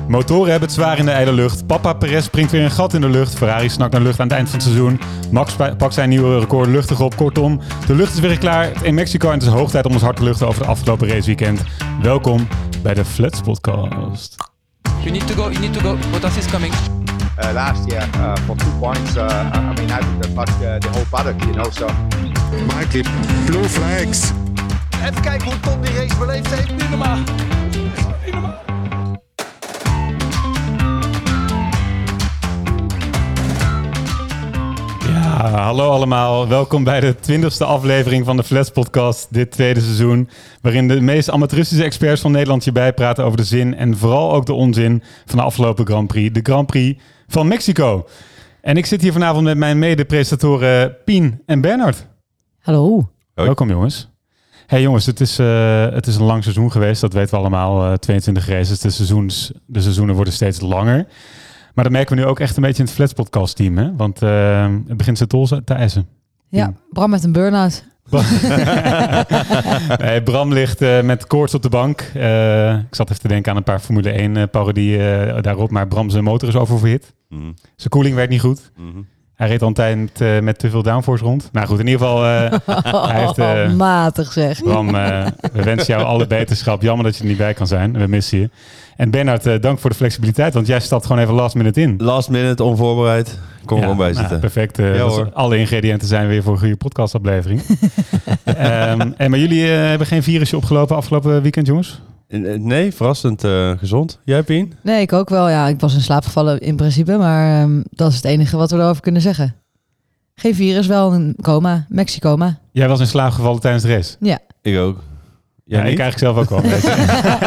Motoren hebben het zwaar in de ijle lucht. Papa Perez springt weer een gat in de lucht. Ferrari snakt naar lucht aan het eind van het seizoen. Max pakt zijn nieuwe record luchtig op. Kortom, de lucht is weer klaar in Mexico en het is hoog tijd om ons hart te luchten over het afgelopen raceweekend. Welkom bij de Flats Podcast. You need to go. Bottas is coming. Last year for 2 points. I mean, I would fuck the whole paddock, you know. So. Mikey, blue flags. Even kijken hoe Tom die race beleefd heeft. Niet normaal. Ja, hallo allemaal. Welkom bij de 20e aflevering van de Flats Podcast, dit tweede seizoen. Waarin de meest amateuristische experts van Nederland je bijpraten over de zin en vooral ook de onzin van de afgelopen Grand Prix. De Grand Prix van Mexico. En ik zit hier vanavond met mijn mede-presentatoren Pien en Bernard. Hallo. Hoi. Welkom jongens. Hey jongens, het is een lang seizoen geweest, dat weten we allemaal. 22 races, de seizoenen worden steeds langer. Maar dat merken we nu ook echt een beetje in het Flats Podcast team, hè? Want het begint zijn tol te eisen. Ja, Bram met een burn-out. Nee, Bram ligt met koorts op de bank. Ik zat even te denken aan een paar Formule 1 parodieën daarop. Maar Bram zijn motor is oververhit. Mm. Zijn koeling werkt niet goed. Mm-hmm. Hij reed al een tijd met te veel downforce rond. Nou goed, in ieder geval... hij heeft, matig zeg. Bram, we wensen jou alle beterschap. Jammer dat je er niet bij kan zijn. We missen je. En Bernard, dank voor de flexibiliteit. Want jij stapt gewoon even last minute in. Last minute, onvoorbereid. Kom gewoon bij zitten. Perfect. Alle ingrediënten zijn weer voor een goede podcastaflevering. Maar jullie hebben geen virusje opgelopen afgelopen weekend, jongens? Nee, verrassend gezond. Jij, Pien? Nee, ik ook wel. Ja, ik was in slaap gevallen in principe. Maar dat is het enige wat we erover kunnen zeggen. Geen virus, wel een coma. Mexicoma. Jij was in slaap gevallen tijdens de race? Ja. Ik ook. Ja, ik eigenlijk zelf ook wel een beetje.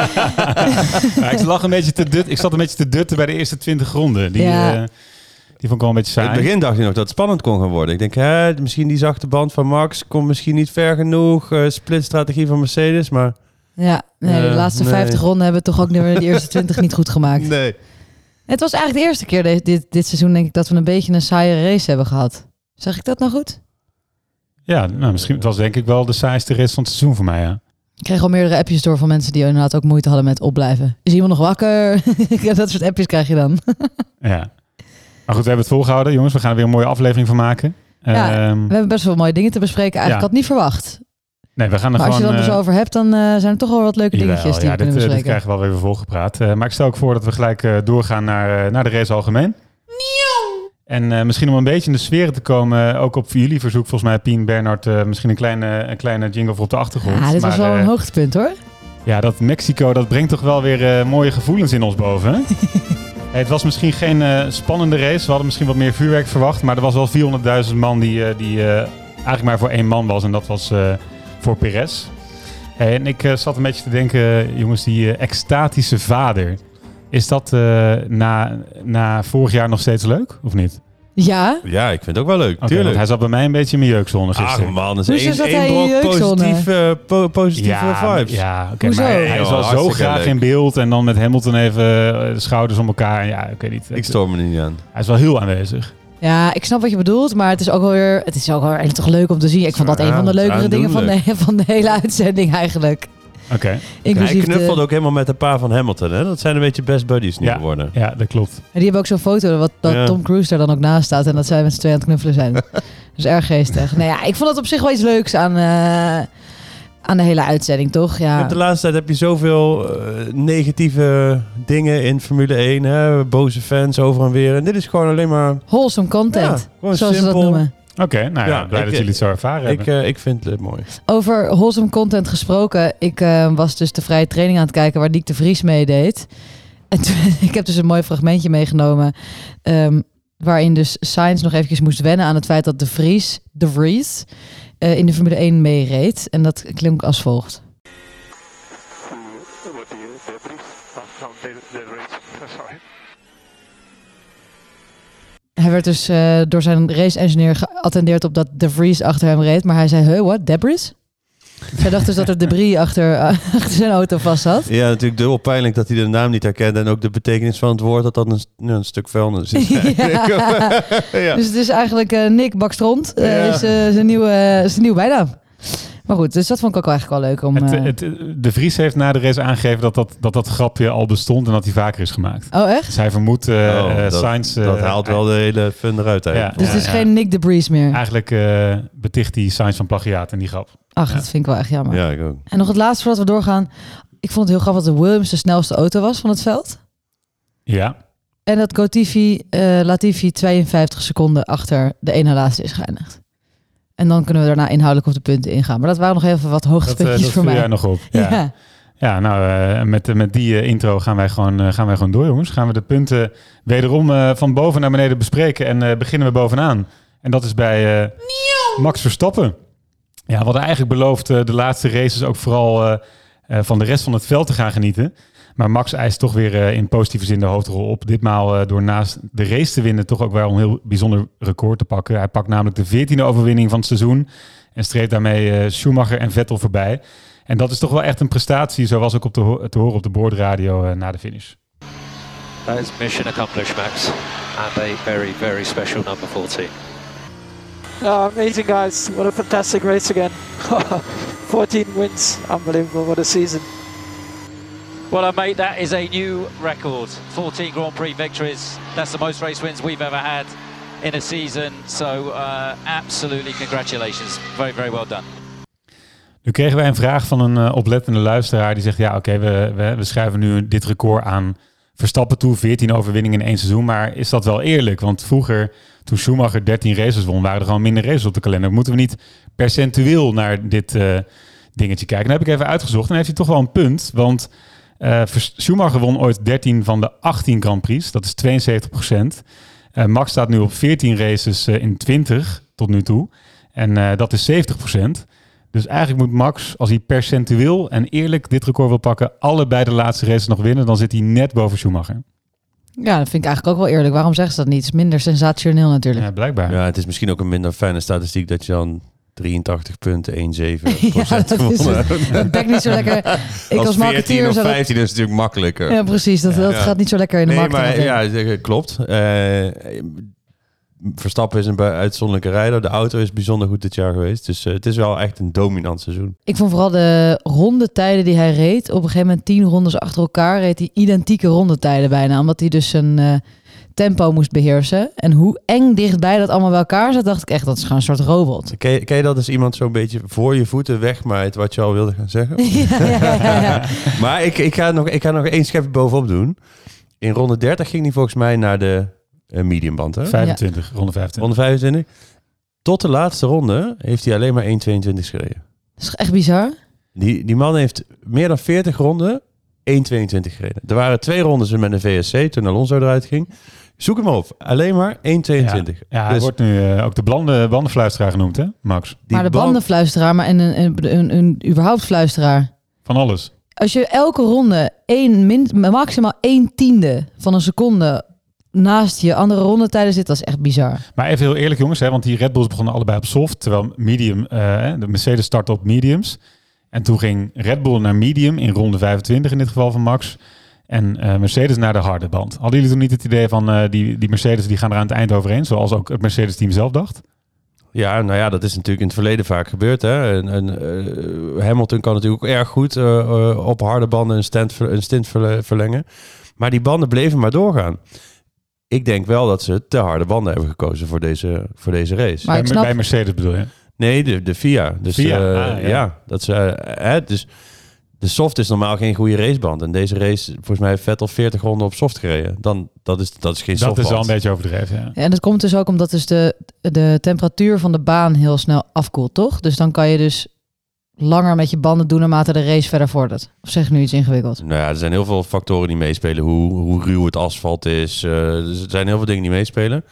Ik zat een beetje te dutten bij de eerste 20 ronden. Die vond ik wel een beetje saai. In het begin dacht je nog dat het spannend kon gaan worden. Ik denk, misschien die zachte band van Max komt misschien niet ver genoeg. Splitstrategie van Mercedes, maar... Ja, nee, de laatste 50 ronden hebben toch ook de eerste 20 niet goed gemaakt. Nee. Het was eigenlijk de eerste keer dit seizoen, denk ik, dat we een beetje een saaie race hebben gehad. Zeg ik dat nou goed? Ja, nou, misschien het was denk ik wel de saaiste race van het seizoen voor mij, ja. Ik kreeg al meerdere appjes door van mensen die inderdaad ook moeite hadden met opblijven. Is iemand nog wakker? Dat soort appjes krijg je dan. Ja. Maar goed, we hebben het volgehouden, jongens. We gaan er weer een mooie aflevering van maken. Ja, we hebben best wel mooie dingen te bespreken. Eigenlijk had ik niet verwacht. Nee, we gaan er maar gewoon... als je dan dus over hebt, dan zijn er toch wel wat leuke dingetjes die we kunnen bespreken. Dit krijgen we wel weer volgepraat. Maar ik stel ook voor dat we gelijk doorgaan naar de race algemeen. En misschien om een beetje in de sfeer te komen, ook op jullie verzoek, volgens mij Pien, Bernard, misschien een kleine jingle voor op de achtergrond. Ja, dit was wel een hoogtepunt hoor. Ja, dat Mexico, dat brengt toch wel weer mooie gevoelens in ons boven. Hè? Het was misschien geen spannende race, we hadden misschien wat meer vuurwerk verwacht, maar er was wel 400.000 man die eigenlijk maar voor 1 man was en dat was voor Perez. En ik zat een beetje te denken, jongens, die extatische vader... Is dat na vorig jaar nog steeds leuk, of niet? Ja. Ja, ik vind het ook wel leuk, tuurlijk. Hij zat bij mij een beetje in mijn jeukzone gisteren. Ach man, dat is één brok positieve vibes. Ja, oké. Maar hij is wel zo graag leuk in beeld en dan met Hamilton even de schouders om elkaar. Ja, ik weet niet. Ik stoor me niet aan. Hij is wel heel aanwezig. Ja, ik snap wat je bedoelt, maar het is ook wel weer toch leuk om te zien. Ik vond dat een van de leukere dingen van de hele uitzending eigenlijk. Oké. Hij knuffelde ook helemaal met een paar van Hamilton. Hè? Dat zijn een beetje best buddies nu geworden. Ja, dat klopt. En die hebben ook zo'n foto dat Tom Cruise daar dan ook naast staat en dat zij met z'n tweeën aan het knuffelen zijn. Dat is erg geestig. Nou ja, ik vond dat op zich wel iets leuks aan de hele uitzending, toch? Ja. De laatste tijd heb je zoveel negatieve dingen in Formule 1. Hè? Boze fans over en weer. En dit is gewoon alleen maar... wholesome content, zoals simpel. Ze dat noemen. Oké, nou ja, blij dat jullie het zo ervaren hebben. Ik vind het mooi. Over wholesome content gesproken. Ik was dus de vrije training aan het kijken waar Nick de Vries meedeed. En ik heb dus een mooi fragmentje meegenomen. Waarin dus Sainz nog eventjes moest wennen aan het feit dat de Vries in de Formule 1 meereed. En dat klinkt als volgt. Hij werd dus door zijn race-engineer geattendeerd op dat de Vries achter hem reed. Maar hij zei, what, debris? Zij dacht dus dat er debris achter zijn auto vast zat. Ja, natuurlijk dubbel pijnlijk dat hij de naam niet herkende. En ook de betekenis van het woord dat een stuk vuilnis is. Ja. Dus het is eigenlijk Nick Bakstrond. Is zijn nieuwe bijnaam. Maar goed, dus dat vond ik ook wel eigenlijk wel leuk om... De Vries heeft na de race aangegeven dat grapje al bestond en dat hij vaker is gemaakt. Oh, echt? Dus hij vermoedt Sainz... dat haalt wel de hele fun eruit. Ja. Dus het is geen Nick de Vries meer? Eigenlijk beticht hij Sainz van plagiaat in die grap. Ach, dat vind ik wel echt jammer. Ja, ik ook. En nog het laatste voordat we doorgaan. Ik vond het heel grappig dat de Williams de snelste auto was van het veld. Ja. En dat Latifi 52 seconden achter de ene laatste is geëindigd. En dan kunnen we daarna inhoudelijk op de punten ingaan. Maar dat waren nog even wat hoogtepuntjes voor mij. Dat nog op. Ja. Ja, nou, met die intro gaan wij gewoon door, jongens. Gaan we de punten wederom van boven naar beneden bespreken. En beginnen we bovenaan. En dat is bij Max Verstappen. Ja, we hadden eigenlijk beloofd de laatste races ook vooral van de rest van het veld te gaan genieten. Maar Max eist toch weer in positieve zin de hoofdrol op. Ditmaal door naast de race te winnen toch ook wel een heel bijzonder record te pakken. Hij pakt namelijk de 14e overwinning van het seizoen. En streeft daarmee Schumacher en Vettel voorbij. En dat is toch wel echt een prestatie, zoals ook te horen op de boordradio na de finish. That is mission accomplished, Max. And a very, very special number 14. Amazing, guys. What a fantastic race again. 14 wins. Unbelievable. What a season. Well, mate, that is a new record. 14 Grand Prix victories. That's the most race wins we've ever had in a season. So, absolutely congratulations. Very, very well done. Nu kregen wij een vraag van een oplettende luisteraar die zegt... ja, oké, we schrijven nu dit record aan Verstappen toe. 14 overwinningen in 1 seizoen. Maar is dat wel eerlijk? Want vroeger, toen Schumacher 13 races won... waren er gewoon minder races op de kalender. Moeten we niet percentueel naar dit dingetje kijken? Dat heb ik even uitgezocht en heeft hij toch wel een punt. Want Schumacher won ooit 13 van de 18 Grand Prix. Dat is 72%. Max staat nu op 14 races in 20 tot nu toe. En dat is 70%. Dus eigenlijk moet Max, als hij percentueel en eerlijk dit record wil pakken... allebei de laatste races nog winnen, dan zit hij net boven Schumacher. Ja, dat vind ik eigenlijk ook wel eerlijk. Waarom zeggen ze dat niet? Het is minder sensationeel natuurlijk. Ja, blijkbaar. Ja, het is misschien ook een minder fijne statistiek dat je dan 83,17% ja, dat bekt niet zo lekker. Ik als marketeer of 15 is natuurlijk makkelijker. Ja, precies. Dat gaat niet zo lekker in de marketing. Maar ja, klopt. Verstappen is een uitzonderlijke rijder. De auto is bijzonder goed dit jaar geweest. Dus het is wel echt een dominant seizoen. Ik vond vooral de rondetijden die hij reed. Op een gegeven moment 10 rondes achter elkaar reed hij identieke rondetijden bijna. Omdat hij dus zijn tempo moest beheersen. En hoe eng dichtbij dat allemaal bij elkaar zat, dacht ik echt, dat is gewoon een soort robot. Ken je dat als iemand zo'n beetje voor je voeten wegmaait wat je al wilde gaan zeggen? ja. Maar ik ga nog 1 schepje bovenop doen. In ronde 30 ging hij volgens mij naar de mediumband. Hè? 25, ronde 25. Ronde 25. Tot de laatste ronde heeft hij alleen maar 1,22 gereden. Dat is echt bizar. Die man heeft meer dan 40 ronden 1,22 gereden. Er waren 2 rondes met een VSC toen Alonso eruit ging. Zoek hem op. Alleen maar 1,22. Ja, hij wordt nu ook de bandenfluisteraar genoemd, hè, Max? Maar de bandenfluisteraar, maar een überhaupt fluisteraar. Van alles. Als je elke ronde maximaal 1/10 van een seconde naast je andere rondetijden zit, dat is echt bizar. Maar even heel eerlijk, jongens, hè, want die Red Bulls begonnen allebei op soft, terwijl medium, de Mercedes startte op mediums. En toen ging Red Bull naar medium in ronde 25 in dit geval van Max. En Mercedes naar de harde band. Hadden jullie toen niet het idee van die Mercedes die gaan er aan het eind overheen, zoals ook het Mercedes-team zelf dacht? Ja, nou ja, dat is natuurlijk in het verleden vaak gebeurd. Hè? Hamilton kan natuurlijk ook erg goed op harde banden een stint verlengen. Maar die banden bleven maar doorgaan. Ik denk wel dat ze te harde banden hebben gekozen voor deze race. Maar bij Mercedes bedoel je? Nee, de FIA. Dus ja, dat ze dus de soft is normaal geen goede raceband. En deze race, volgens mij heeft Vettel 40 ronden op soft gereden. Dat is geen softband. Dat is al een beetje overdreven, ja. En dat komt dus ook omdat dus de temperatuur van de baan heel snel afkoelt, toch? Dus dan kan je dus langer met je banden doen naarmate de race verder vordert. Of zeg ik nu iets ingewikkeld? Nou ja, er zijn heel veel factoren die meespelen. Hoe ruw het asfalt is. Er zijn heel veel dingen die meespelen.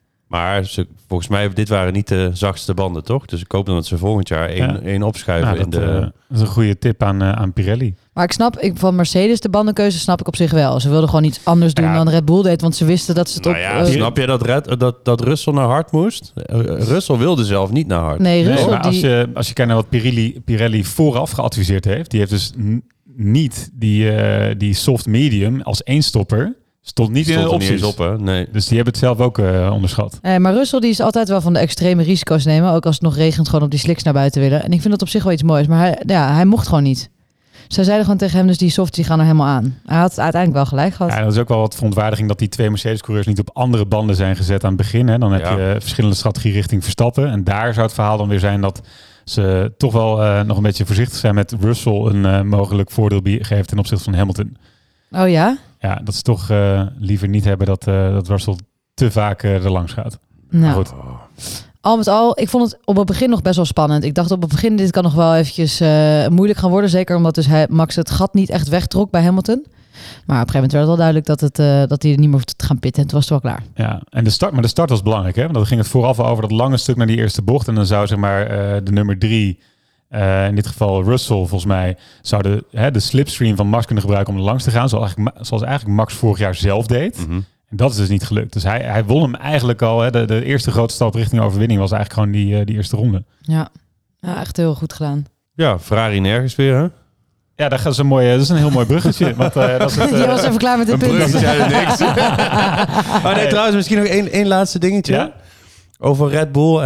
Maar volgens mij, dit waren niet de zachtste banden, toch? Dus ik hoop dan dat ze volgend jaar één opschuiven. Dat is een goede tip aan Pirelli. Maar van Mercedes de bandenkeuze snap ik op zich wel. Ze wilden gewoon iets anders doen dan Red Bull deed, want ze wisten dat ze het snap je dat Russell naar hard moest? Russell wilde zelf niet naar hard. Nee, Russell maar als je kijkt naar wat Pirelli vooraf geadviseerd heeft, die heeft dus niet die soft medium als eenstopper, Stond niet in de Stond er niet opties. eens op, hè? Nee. Dus die hebben het zelf ook onderschat. Maar Russell die is altijd wel van de extreme risico's nemen. Ook als het nog regent, gewoon op die slicks naar buiten willen. En ik vind dat op zich wel iets moois. Maar hij mocht gewoon niet. Zij zeiden gewoon tegen hem, dus die softs die gaan er helemaal aan. Hij had uiteindelijk wel gelijk gehad. Ja, dat is ook wel wat verontwaardiging dat die 2 Mercedes-coureurs niet op andere banden zijn gezet aan het begin. Hè. Dan heb je verschillende strategie richting Verstappen. En daar zou het verhaal dan weer zijn dat ze toch wel nog een beetje voorzichtig zijn met Russell een mogelijk voordeel geven ten opzichte van Hamilton. Oh ja? Ja, dat ze toch liever niet hebben dat Russell te vaak er langs gaat. Nou, goed. Al met al, ik vond het op het begin nog best wel spannend. Ik dacht op het begin, dit kan nog wel eventjes moeilijk gaan worden. Zeker omdat dus Max het gat niet echt wegtrok bij Hamilton. Maar op een gegeven moment werd het wel duidelijk dat hij er niet meer hoefde te gaan pitten. En toen was het wel klaar. Ja, en de start was belangrijk. Hè? Want dan ging het vooraf over dat lange stuk naar die eerste bocht. En dan zou zeg maar de nummer 3, in dit geval Russell volgens mij, zou de slipstream van Max kunnen gebruiken om er langs te gaan. Zoals eigenlijk Max vorig jaar zelf deed. Mm-hmm. En dat is dus niet gelukt. Dus hij won hem eigenlijk al. Hè? De eerste grote stap richting overwinning was eigenlijk gewoon die eerste ronde. Ja, echt heel goed gedaan. Ja, Ferrari nergens weer, hè? Ja, dat is een heel mooi bruggetje. Want, dat is het, Je was even klaar met dit punt. Bruggetje uit niks. Oh nee, trouwens, misschien nog één laatste dingetje. Ja? Over Red Bull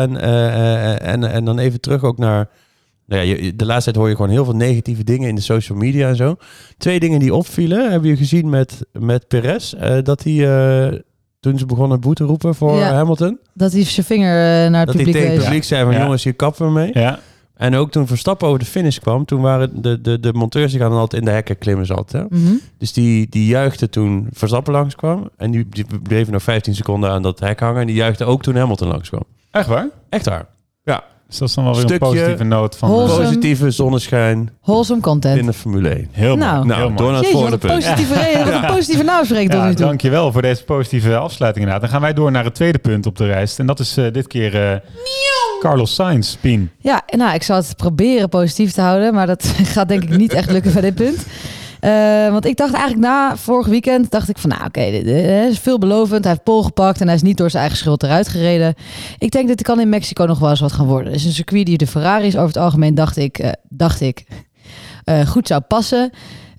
en dan even terug ook naar... Nou ja, de laatste tijd hoor je gewoon heel veel negatieve dingen in de social media en zo. 2 dingen die opvielen. Hebben je gezien met Perez? Dat hij, toen ze begonnen boete roepen voor Hamilton. Dat hij zijn vinger naar het publiek Dat hij tegen het wees. publiek zei van jongens, hier kappen we mee. Ja. En ook toen Verstappen over de finish kwam, toen waren de monteurs, die gaan dan altijd in de hekken klimmen zat. Hè? Mm-hmm. Dus die juichte toen Verstappen langskwam. En die bleven nog 15 seconden aan dat hek hangen. En die juichte ook toen Hamilton langskwam. Echt waar? Echt waar. Ja. Dus dat is dan wel weer Stukje een positieve noot van... Wholesome. Positieve zonneschijn Wholesome content. in de Formule 1. Heel mooi. Nou, heel Nou, mooi. door naar het Jeetje, volgende wat een punt. positieve reden, wat een positieve naamspreek tot Ja, nu toe. dankjewel voor deze positieve afsluiting inderdaad. Dan gaan wij door naar het tweede punt op de lijst. En dat is dit keer Carlos Sainz, Pien. Ja, nou, ik zal het proberen positief te houden, maar dat gaat denk ik niet echt lukken bij dit punt. Want ik dacht eigenlijk na vorig weekend, dacht ik van nou oké, dit is veelbelovend. Hij heeft pole gepakt en hij is niet door zijn eigen schuld eruit gereden. Ik denk dit kan in Mexico nog wel eens wat gaan worden. Het is een circuit die de Ferraris over het algemeen, dacht ik goed zou passen.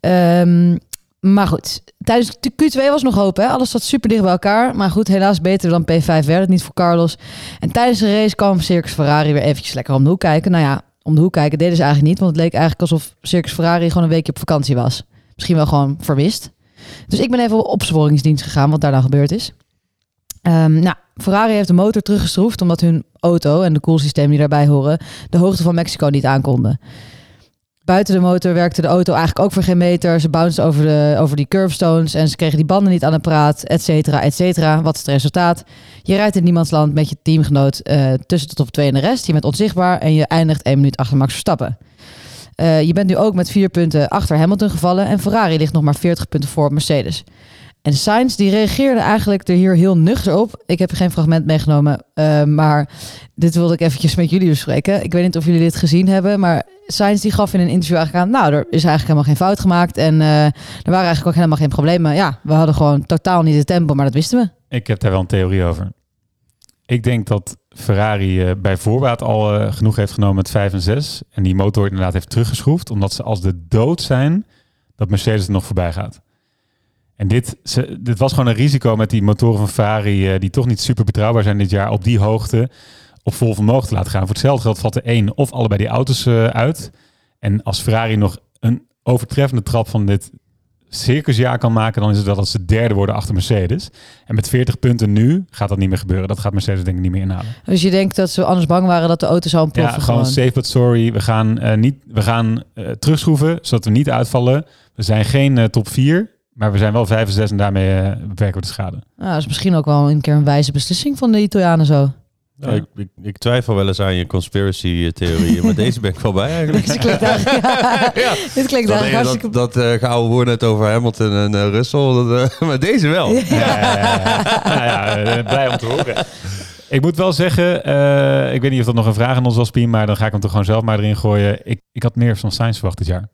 Maar goed, tijdens de Q2 was nog hoop. Hè? Alles zat super dicht bij elkaar. Maar goed, helaas beter dan P5 werd het niet voor Carlos. En tijdens de race kwam Circus Ferrari weer eventjes lekker om de hoek kijken. Nou ja, om de hoek kijken deden ze eigenlijk niet. Want het leek eigenlijk alsof Circus Ferrari gewoon een weekje op vakantie was. Misschien wel gewoon vermist. Dus ik ben even op opsporingsdienst gegaan wat daar dan gebeurd is. Nou, Ferrari heeft de motor teruggeschroefd omdat hun auto en de koelsysteem die daarbij horen de hoogte van Mexico niet aankonden. Buiten de motor werkte de auto eigenlijk ook voor geen meter. Ze bounced over die curbstones en ze kregen die banden niet aan de praat, et cetera, et cetera. Wat is het resultaat? Je rijdt in niemandsland met je teamgenoot tussen de top 2 en de rest. Je bent onzichtbaar en je eindigt 1 minuut achter Max Verstappen. Je bent nu ook met 4 punten achter Hamilton gevallen en Ferrari ligt nog maar 40 punten voor op Mercedes. En Sainz die reageerde eigenlijk er hier heel nuchter op. Ik heb er geen fragment meegenomen, maar dit wilde ik eventjes met jullie bespreken. Ik weet niet of jullie dit gezien hebben, maar Sainz die gaf in een interview eigenlijk aan, nou, er is eigenlijk helemaal geen fout gemaakt en er waren eigenlijk ook helemaal geen problemen. Ja, we hadden gewoon totaal niet het tempo, maar dat wisten we. Ik heb daar wel een theorie over. Ik denk dat Ferrari bij voorbaat al genoeg heeft genomen met 5 en 6 en die motor inderdaad heeft teruggeschroefd, omdat ze als de dood zijn dat Mercedes er nog voorbij gaat. En dit was gewoon een risico met die motoren van Ferrari die toch niet super betrouwbaar zijn dit jaar op die hoogte op vol vermogen te laten gaan. Voor hetzelfde geld valt er 1 of allebei die auto's uit. En als Ferrari nog een overtreffende trap van dit circusjaar kan maken, dan is het wel dat ze derde worden achter Mercedes. En met 40 punten nu gaat dat niet meer gebeuren. Dat gaat Mercedes denk ik niet meer inhalen. Dus je denkt dat ze anders bang waren dat de auto zou ontploffen? Ja, gewoon safe but sorry. We gaan terugschroeven, zodat we niet uitvallen. We zijn geen top 4. Maar we zijn wel 5 en 6 en daarmee beperken we de schade. Nou, dat is misschien ook wel een keer een wijze beslissing van de Italianen zo. Ja. Ik twijfel wel eens aan je conspiracy-theorieën, maar deze ben ik wel bij eigenlijk. Dit klinkt eigenlijk, dit klinkt eigenlijk hartstikke... Dat geouwe woord net over Hamilton en Russell, maar deze wel. Blij om te horen. Ik moet wel zeggen, ik weet niet of dat nog een vraag aan ons was, Pien, maar dan ga ik hem toch gewoon zelf maar erin gooien. Ik had meer van Sainz verwacht dit jaar.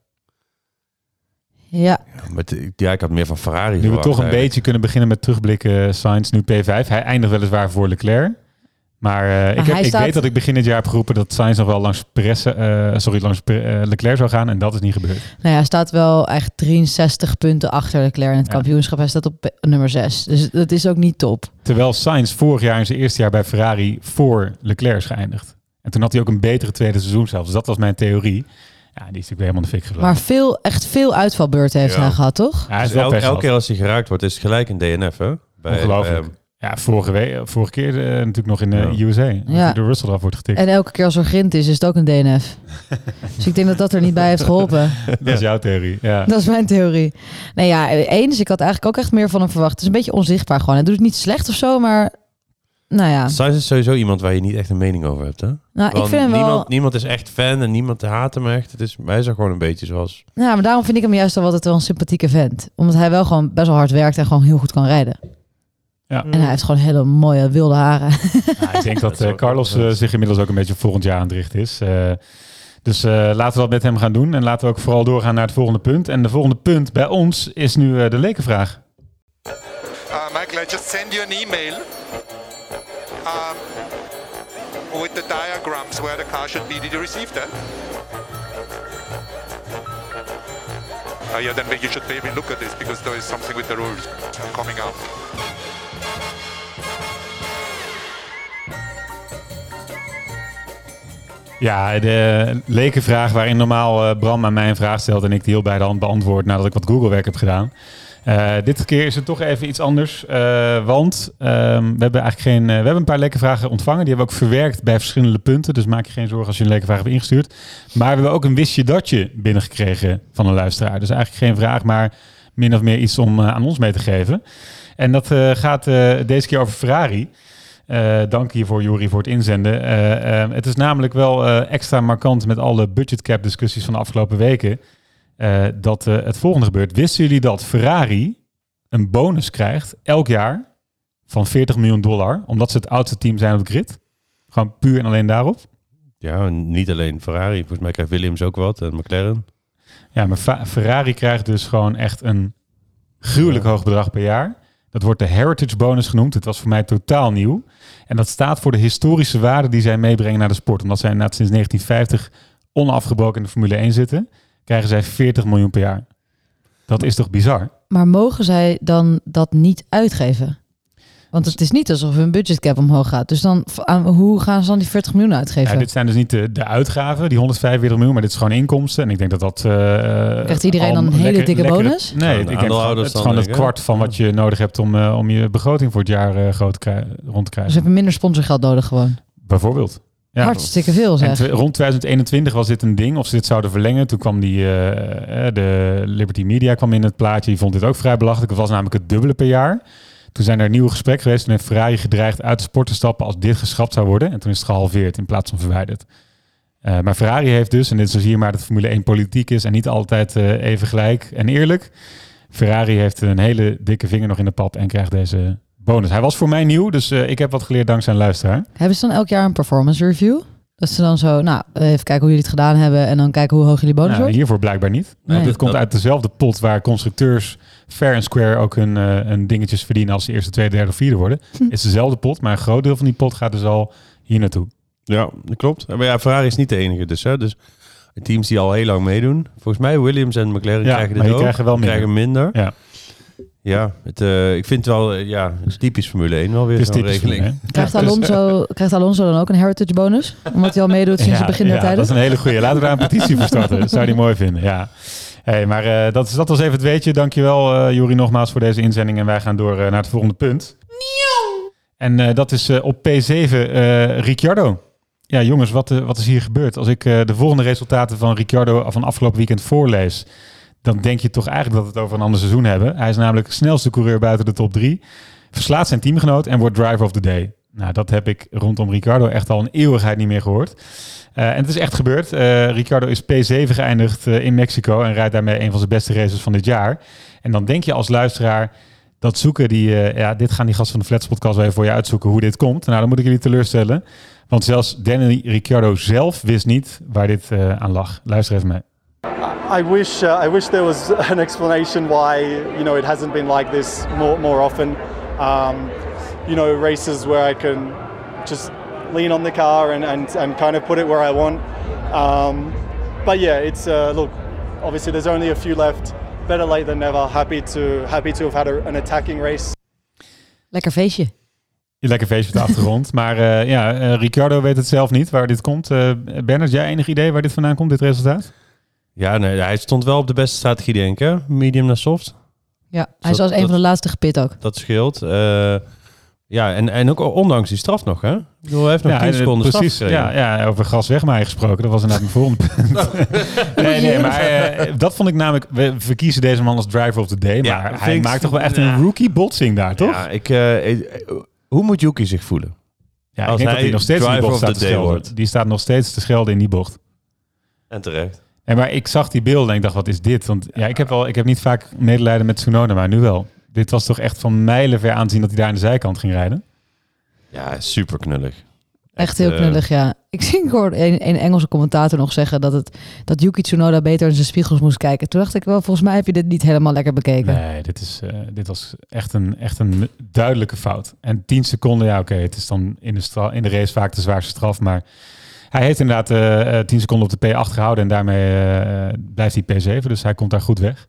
Ja. Ik had meer van Ferrari. Nu we toch een beetje kunnen beginnen met terugblikken. Sainz nu P5. Hij eindigt weliswaar voor Leclerc. Maar ik weet dat ik begin dit jaar heb geroepen dat Sainz nog wel langs Leclerc zou gaan. En dat is niet gebeurd. Nou ja, hij staat wel echt 63 punten achter Leclerc in het kampioenschap. Hij staat op nummer 6. Dus dat is ook niet top. Terwijl Sainz vorig jaar in zijn eerste jaar bij Ferrari voor Leclerc is geëindigd. En toen had hij ook een betere tweede seizoen zelfs. Dus dat was mijn theorie. Ja, die is natuurlijk weer helemaal de fik gelopen. Maar echt veel uitvalbeurten heeft hij gehad, toch? Ja, hij is wel elke keer als hij geraakt wordt, is het gelijk een DNF, hè? Ongelooflijk. Ja, vorige keer natuurlijk nog in de USA. Ja. De Russell eraf wordt getikt. En elke keer als er grind is het ook een DNF. Dus ik denk dat er niet bij heeft geholpen. Dat is jouw theorie. Ja. Dat is mijn theorie. Nou ja, eens, ik had eigenlijk ook echt meer van hem verwacht. Het is een beetje onzichtbaar gewoon. Hij doet het niet slecht of zo, maar nou ja. Sainz is sowieso iemand waar je niet echt een mening over hebt, hè? Nou, ik vind hem wel... Niemand is echt fan en niemand haat hem echt. Hij is er gewoon een beetje zoals... Ja, maar daarom vind ik hem juist altijd wel een sympathieke vent. Omdat hij wel gewoon best wel hard werkt en gewoon heel goed kan rijden. Ja. En hij heeft gewoon hele mooie wilde haren. Ja, ik denk dat Carlos zich inmiddels ook een beetje volgend jaar aan het richten is. Dus laten we dat met hem gaan doen. En laten we ook vooral doorgaan naar het volgende punt. En de volgende punt bij ons is nu de lekenvraag. Michael, I just send you an email with the diagrams where the car should be. Did you receive that? Yeah, then you should maybe look at this because there is something with the rules coming up. Ja, de lekenvraag waarin normaal Bram aan mij een vraag stelt en ik die heel bij de hand beantwoord nadat ik wat Google-werk heb gedaan. Dit keer is het toch even iets anders, want we hebben eigenlijk we hebben een paar lekenvragen ontvangen. Die hebben we ook verwerkt bij verschillende punten, dus maak je geen zorgen als je een lekenvraag hebt ingestuurd. Maar we hebben ook een wist je datje binnengekregen van een luisteraar. Dus eigenlijk geen vraag, maar min of meer iets om aan ons mee te geven. En dat gaat deze keer over Ferrari. Dank hiervoor, Juri, voor het inzenden. Het is namelijk wel extra markant met alle budgetcap discussies van de afgelopen weken dat het volgende gebeurt. Wisten jullie dat Ferrari een bonus krijgt elk jaar van $40 miljoen omdat ze het oudste team zijn op de grid? Gewoon puur en alleen daarop? Ja, niet alleen Ferrari. Volgens mij krijgt Williams ook wat en McLaren. Ja, maar Ferrari krijgt dus gewoon echt een gruwelijk hoog bedrag per jaar. Dat wordt de Heritage Bonus genoemd. Het was voor mij totaal nieuw. En dat staat voor de historische waarde die zij meebrengen naar de sport. Omdat zij sinds 1950 onafgebroken in de Formule 1 zitten, krijgen zij $40 miljoen per jaar. Dat is toch bizar? Maar mogen zij dan dat niet uitgeven? Want het is niet alsof hun budgetcap omhoog gaat. Dus dan, hoe gaan ze dan die 40 miljoen uitgeven? Ja, dit zijn dus niet de uitgaven, die 145 miljoen, maar dit is gewoon inkomsten. En ik denk dat krijgt iedereen dan een hele dikke bonus? Nee, ik denk het is gewoon het kwart van wat je nodig hebt om je begroting voor het jaar rond te krijgen. Dus ze hebben minder sponsorgeld nodig gewoon? Bijvoorbeeld. Ja. Hartstikke veel zeg. En rond 2021 was dit een ding, of ze dit zouden verlengen. Toen kwam de Liberty Media kwam in het plaatje. Die vond dit ook vrij belachelijk. Het was namelijk het dubbele per jaar. Toen zijn er nieuwe gesprekken geweest. Toen heeft Ferrari gedreigd uit de sport te stappen als dit geschrapt zou worden. En toen is het gehalveerd in plaats van verwijderd. Maar Ferrari heeft dus, en dit is dus hier maar dat Formule 1 politiek is en niet altijd even gelijk en eerlijk. Ferrari heeft een hele dikke vinger nog in de pap en krijgt deze bonus. Hij was voor mij nieuw, dus ik heb wat geleerd dankzij een luisteraar. Hebben ze dan elk jaar een performance review? Dat ze dan zo, even kijken hoe jullie het gedaan hebben en dan kijken hoe hoog jullie bonus wordt? Hiervoor blijkbaar niet. Nee. Dit komt uit dezelfde pot waar constructeurs fair and square ook hun dingetjes verdienen als ze eerste, tweede, derde of vierde worden. Is dezelfde pot, maar een groot deel van die pot gaat dus al hier naartoe. Ja, dat klopt. Maar ja, Ferrari is niet de enige dus. Hè? Dus teams die al heel lang meedoen. Volgens mij Williams en McLaren krijgen dit ook. Krijgen wel minder. Krijgen minder. Ja. Ja, ik vind het wel, het is typisch Formule 1 wel weer zo'n regeling. Krijgt Alonso dan ook een heritage bonus? Omdat hij al meedoet sinds het begin der tijden? Dat is een hele goeie. Laten we daar een petitie voor starten. Dat zou hij mooi vinden, ja. Hey, maar dat was even het weetje. Dankjewel, Juri, nogmaals voor deze inzending. En wij gaan door naar het volgende punt. En dat is op P7 Ricciardo. Ja, jongens, wat is hier gebeurd? Als ik de volgende resultaten van Ricciardo van afgelopen weekend voorlees, dan denk je toch eigenlijk dat we het over een ander seizoen hebben. Hij is namelijk de snelste coureur buiten de top 3. Verslaat zijn teamgenoot en wordt driver of the day. Nou, dat heb ik rondom Ricciardo echt al een eeuwigheid niet meer gehoord. En het is echt gebeurd. Ricciardo is P7 geëindigd in Mexico en rijdt daarmee een van zijn beste races van dit jaar. En dan denk je als luisteraar, dat zoeken dit gaan die gasten van de Flats podcast wel even voor je uitzoeken hoe dit komt. Nou, dan moet ik jullie teleurstellen. Want zelfs Danny Ricciardo zelf wist niet waar dit aan lag. Luister even mee. I wish there was an explanation why it hasn't been like this more often. Races where I can just lean on the car and kind of put it where I want. But yeah, it's look, obviously there's only a few left. Better late than never. Happy to have had an attacking race. Lekker feestje. Lekker feestje op de achtergrond. Maar Ricciardo weet het zelf niet waar dit komt. Bernard, jij enig idee waar dit vandaan komt, dit resultaat? Ja, nee, hij stond wel op de beste strategie, denk ik. Medium naar soft. Ja, hij is als een van de laatste gepit ook. Dat scheelt. Ja, en ook ondanks die straf nog, hè? Ik bedoel, hij heeft nog 10 seconden precies, straf gekregen. Ja, over gas wegmaaien gesproken. Dat was inderdaad mijn volgende punt. nee, maar dat vond ik namelijk... We verkiezen deze man als driver of the day. Ja, Maar hij maakt toch wel echt een rookie botsing daar, toch? Ja, hoe moet Yuki zich voelen? Ja, als ik denk dat hij nog steeds in die bocht staat te schelden. wordt. Die staat nog steeds te schelden in die bocht. En terecht. En maar ik zag die beelden en ik dacht, wat is dit? Want ja, ik heb niet vaak medelijden met Tsunoda, maar nu wel. Dit was toch echt van mijlen ver aanzien dat hij daar aan de zijkant ging rijden? Ja, super knullig. Echt heel knullig, ja. Ik hoorde een Engelse commentator nog zeggen dat Yuki Tsunoda beter in zijn spiegels moest kijken. Toen dacht ik wel, volgens mij heb je dit niet helemaal lekker bekeken. Nee, dit was echt een duidelijke fout. En 10 seconden, ja oké, het is dan in de race vaak de zwaarste straf, maar hij heeft inderdaad 10 seconden op de P8 gehouden en daarmee blijft hij P7, dus hij komt daar goed weg.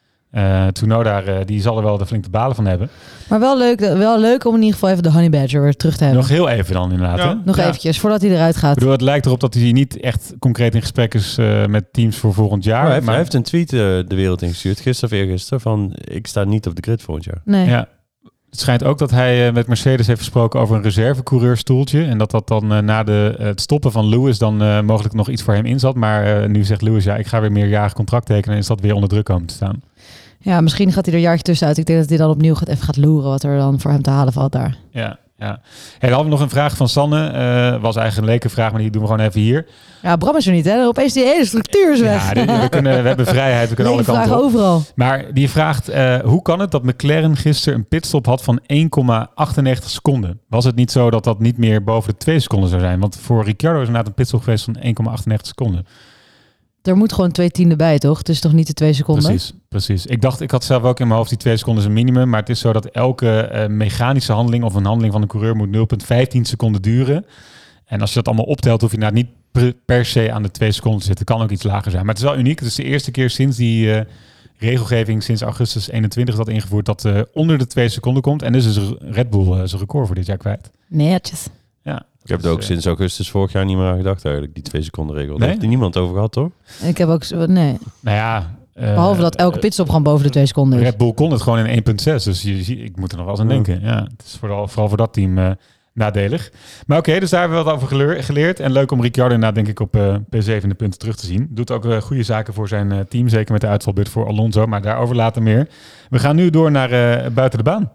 Tsunoda, die zal er wel de flinke balen van hebben. Maar wel leuk om in ieder geval even de Honey Badger weer terug te hebben. Nog heel even dan inderdaad. Ja. Hè? Nog eventjes, voordat hij eruit gaat. Ik bedoel, het lijkt erop dat hij niet echt concreet in gesprek is met teams voor volgend jaar. Maar hij heeft een tweet de wereld ingestuurd, gisteren of eergisteren, van ik sta niet op de grid volgend jaar. Nee. Ja. Het schijnt ook dat hij met Mercedes heeft gesproken over een reservecoureurstoeltje. En dat dan na het stoppen van Lewis dan mogelijk nog iets voor hem in zat. Maar nu zegt Lewis, ja, ik ga weer meerjarig contract tekenen en is dat weer onder druk komen te staan. Ja, misschien gaat hij er een jaartje tussenuit. Ik denk dat hij dan opnieuw gaat loeren wat er dan voor hem te halen valt daar. Ja. Hey, dan hadden we nog een vraag van Sanne. Was eigenlijk een leuke vraag, maar die doen we gewoon even hier. Ja, Bram is er niet, hè? Opeens die hele structuur is weg. Ja, we hebben vrijheid, we kunnen alle kanten op. Overal. Maar die vraagt, hoe kan het dat McLaren gisteren een pitstop had van 1,98 seconden? Was het niet zo dat dat niet meer boven de 2 seconden zou zijn? Want voor Ricciardo is inderdaad een pitstop geweest van 1,98 seconden. Er moet gewoon 2 tienden bij, toch? Het is toch niet de 2 seconden? Precies. Ik had zelf ook in mijn hoofd die 2 seconden is een minimum. Maar het is zo dat elke mechanische handeling of een handeling van een coureur moet 0,15 seconden duren. En als je dat allemaal optelt, hoef je inderdaad niet per se aan de 2 seconden te zitten. Het kan ook iets lager zijn. Maar het is wel uniek. Het is de eerste keer sinds die regelgeving, sinds augustus 21 is dat ingevoerd, dat onder de 2 seconden komt. En dus is Red Bull zijn record voor dit jaar kwijt. Netjes. Ja. Ik heb er ook sinds augustus vorig jaar niet meer aan gedacht eigenlijk, die 2 seconden regel. Nee? Daar heeft er niemand over gehad, toch? Ik heb ook... Nee. Nou ja... Behalve dat elke pitstop gewoon boven de 2 seconden is. Red Bull kon het gewoon in 1,6. Dus ik moet er nog wel eens aan denken. Ja, het is vooral voor dat team nadelig. Maar oké, dus daar hebben we wat over geleerd. En leuk om Ricciardo inderdaad denk ik op P7 de punten terug te zien. Doet ook goede zaken voor zijn team. Zeker met de uitvalbeurt voor Alonso. Maar daarover later meer. We gaan nu door naar buiten de baan.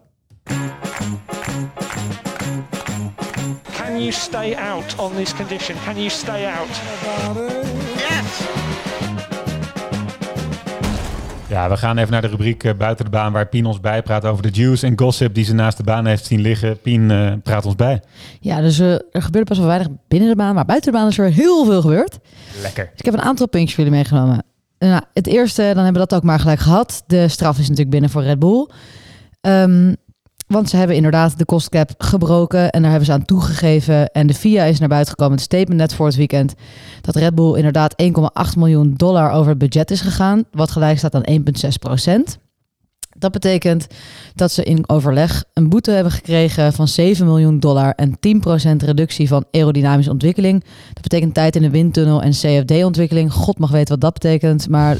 Can you stay out on this condition? Can you stay out? Yes! Ja, we gaan even naar de rubriek buiten de baan waar Pien ons bijpraat over de juice en gossip die ze naast de baan heeft zien liggen. Pien, praat ons bij. Ja, dus er gebeurt best wel weinig binnen de baan, maar buiten de baan is er heel veel gebeurd. Lekker. Dus ik heb een aantal puntjes voor jullie meegenomen. Nou, het eerste, dan hebben we dat ook maar gelijk gehad. De straf is natuurlijk binnen voor Red Bull. Want ze hebben inderdaad de kostcap gebroken en daar hebben ze aan toegegeven. En de FIA is naar buiten gekomen met een statement net voor het weekend dat Red Bull inderdaad $1,8 miljoen over het budget is gegaan. Wat gelijk staat aan 1,6%. Dat betekent dat ze in overleg een boete hebben gekregen van $7 miljoen en 10% reductie van aerodynamische ontwikkeling. Dat betekent tijd in de windtunnel en CFD-ontwikkeling. God mag weten wat dat betekent, maar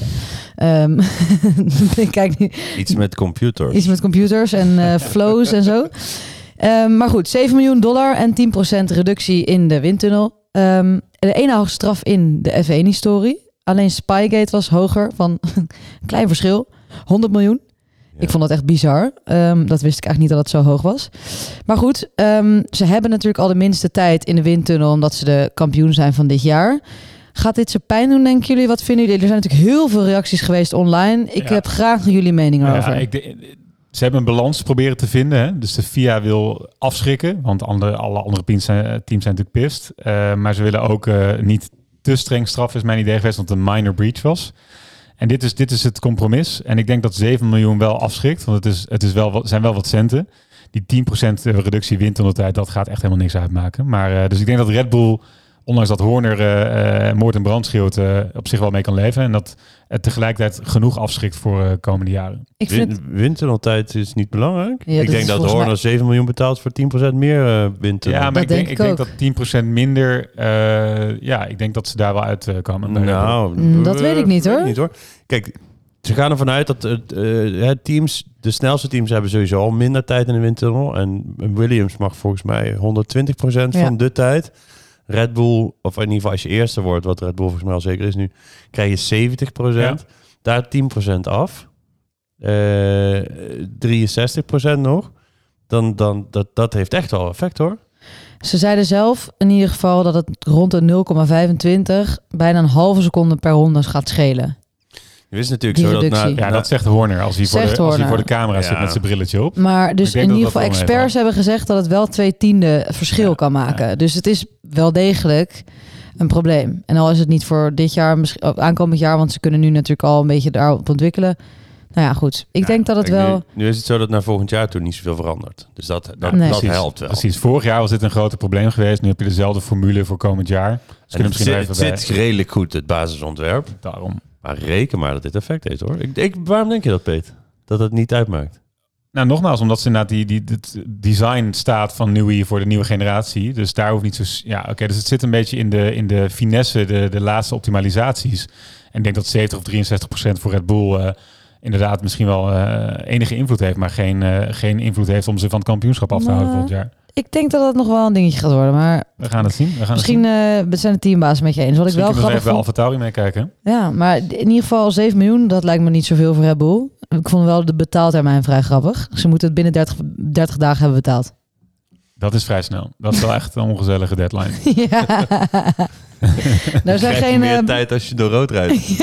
ik kijk niet. Iets met computers. Iets met computers en flows en zo. Maar goed, $7 miljoen en 10% reductie in de windtunnel. De ene hoogste straf in de F1-historie. Alleen Spygate was hoger, van een klein verschil. 100 miljoen. Ja. Ik vond dat echt bizar. Dat wist ik eigenlijk niet dat het zo hoog was. Maar goed, ze hebben natuurlijk al de minste tijd in de windtunnel omdat ze de kampioen zijn van dit jaar. Gaat dit ze pijn doen, denken jullie? Wat vinden jullie? Er zijn natuurlijk heel veel reacties geweest online. Ik heb graag jullie mening over. Ze hebben een balans proberen te vinden. Hè? Dus de FIA wil afschrikken, want alle andere teams zijn natuurlijk pist. Maar ze willen ook niet te streng straffen, is mijn idee geweest, want het een minor breach was. En dit is het compromis. En ik denk dat 7 miljoen wel afschrikt, want het zijn wel wat centen. die 10% reductie windtunneltijd, dat gaat echt helemaal niks uitmaken. Maar dus ik denk dat Red Bull, ondanks dat Horner moord en brand schreeuwt, op zich wel mee kan leven. En dat het tegelijkertijd genoeg afschrikt voor komende jaren. Ik vind Windtunneltijd is niet belangrijk. Ja, ik denk dat Horner 7 miljoen betaalt voor 10% meer windtunnel. Ja, maar Dat ik denk dat 10% minder, ik denk dat ze daar wel uitkomen. Dat weet ik niet, hoor. Kijk, ze gaan ervan uit dat teams, de snelste teams hebben sowieso al minder tijd in de windtunnel. En Williams mag volgens mij 120% van de tijd. Red Bull, of in ieder geval als je eerste wordt, wat Red Bull volgens mij al zeker is nu, krijg je 70%. Ja. Daar 10% af. 63% nog. Dan dat heeft echt wel effect, hoor. Ze zeiden zelf in ieder geval dat het rond de 0,25 bijna een halve seconde per ronde gaat schelen. Het is natuurlijk zo dat... dat zegt Horner als hij voor de camera zit met zijn brilletje op. Maar dus in ieder geval experts hebben gezegd dat het wel 2/10 verschil kan maken. Ja. Dus het is wel degelijk een probleem. En al is het niet voor dit jaar, misschien aankomend jaar, want ze kunnen nu natuurlijk al een beetje daarop ontwikkelen. Nou ja, goed. Ik denk dat het wel... Nu is het zo dat naar volgend jaar toe niet zoveel verandert. Dus dat helpt wel. Precies. Vorig jaar was dit een groot probleem geweest. Nu heb je dezelfde formule voor komend jaar. Dus het zit redelijk goed, het basisontwerp. Daarom. Maar reken maar dat dit effect heeft, hoor. Waarom denk je dat, Peet? Dat het niet uitmaakt? Nou, nogmaals, omdat ze inderdaad het design staat van Newey voor de nieuwe generatie. Dus daar hoeft niet zo... Ja, oké, dus het zit een beetje in de finesse, de laatste optimalisaties. En ik denk dat 70 of 63% voor Red Bull inderdaad misschien wel enige invloed heeft, maar geen invloed heeft om ze van het kampioenschap af te houden volgend jaar. Ik denk dat het nog wel een dingetje gaat worden, maar... We gaan het zien. Misschien zijn de teambaas met je eens. Wat ik wel grappig vond... even AlphaTauri meekijken. Ja, maar in ieder geval 7 miljoen, dat lijkt me niet zoveel voor Red Bull. Ik vond wel de betaaltermijn vrij grappig. Ze moeten het binnen 30 dagen hebben betaald. Dat is vrij snel. Dat is wel echt een ongezellige deadline. Ja. Nou, zijn geen meer tijd als je door rood rijdt.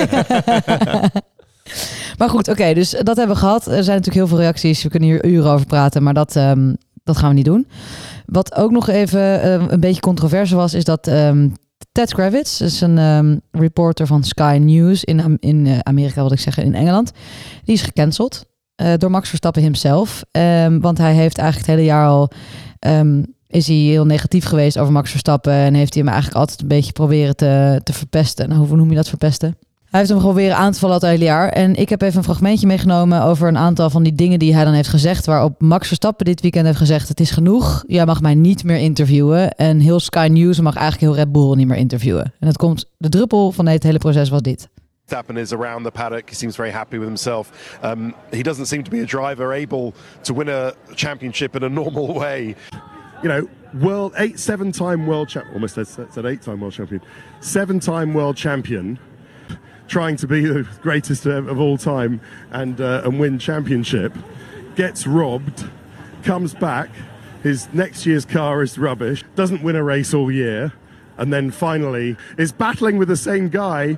Maar goed, oké, dus dat hebben we gehad. Er zijn natuurlijk heel veel reacties. We kunnen hier uren over praten, maar dat gaan we niet doen. Wat ook nog even een beetje controverse was, is dat Ted Kravitz, is een reporter van Sky News in Amerika, wil ik zeggen, in Engeland. Die is gecanceld door Max Verstappen himself. Want hij heeft eigenlijk het hele jaar al... is hij heel negatief geweest over Max Verstappen en heeft hij hem eigenlijk altijd een beetje proberen te verpesten. Nou, hoe noem je dat, verpesten? Hij heeft hem proberen aan te vallen het hele jaar. En ik heb even een fragmentje meegenomen over een aantal van die dingen die hij dan heeft gezegd. Waarop Max Verstappen dit weekend heeft gezegd: het is genoeg. Jij mag mij niet meer interviewen. En heel Sky News mag eigenlijk heel Red Bull niet meer interviewen. En dat komt, de druppel van het hele proces was dit. Verstappen is around the paddock. He seems very happy with himself. He doesn't seem to be a driver able to win a championship in a normal way. You know, 7-time world champion. Almost said 8-time world champion. 7-time world champion. Trying to be the greatest of all time and win championship, gets robbed, comes back, his next year's car is rubbish, doesn't win a race all year, and then finally is battling with the same guy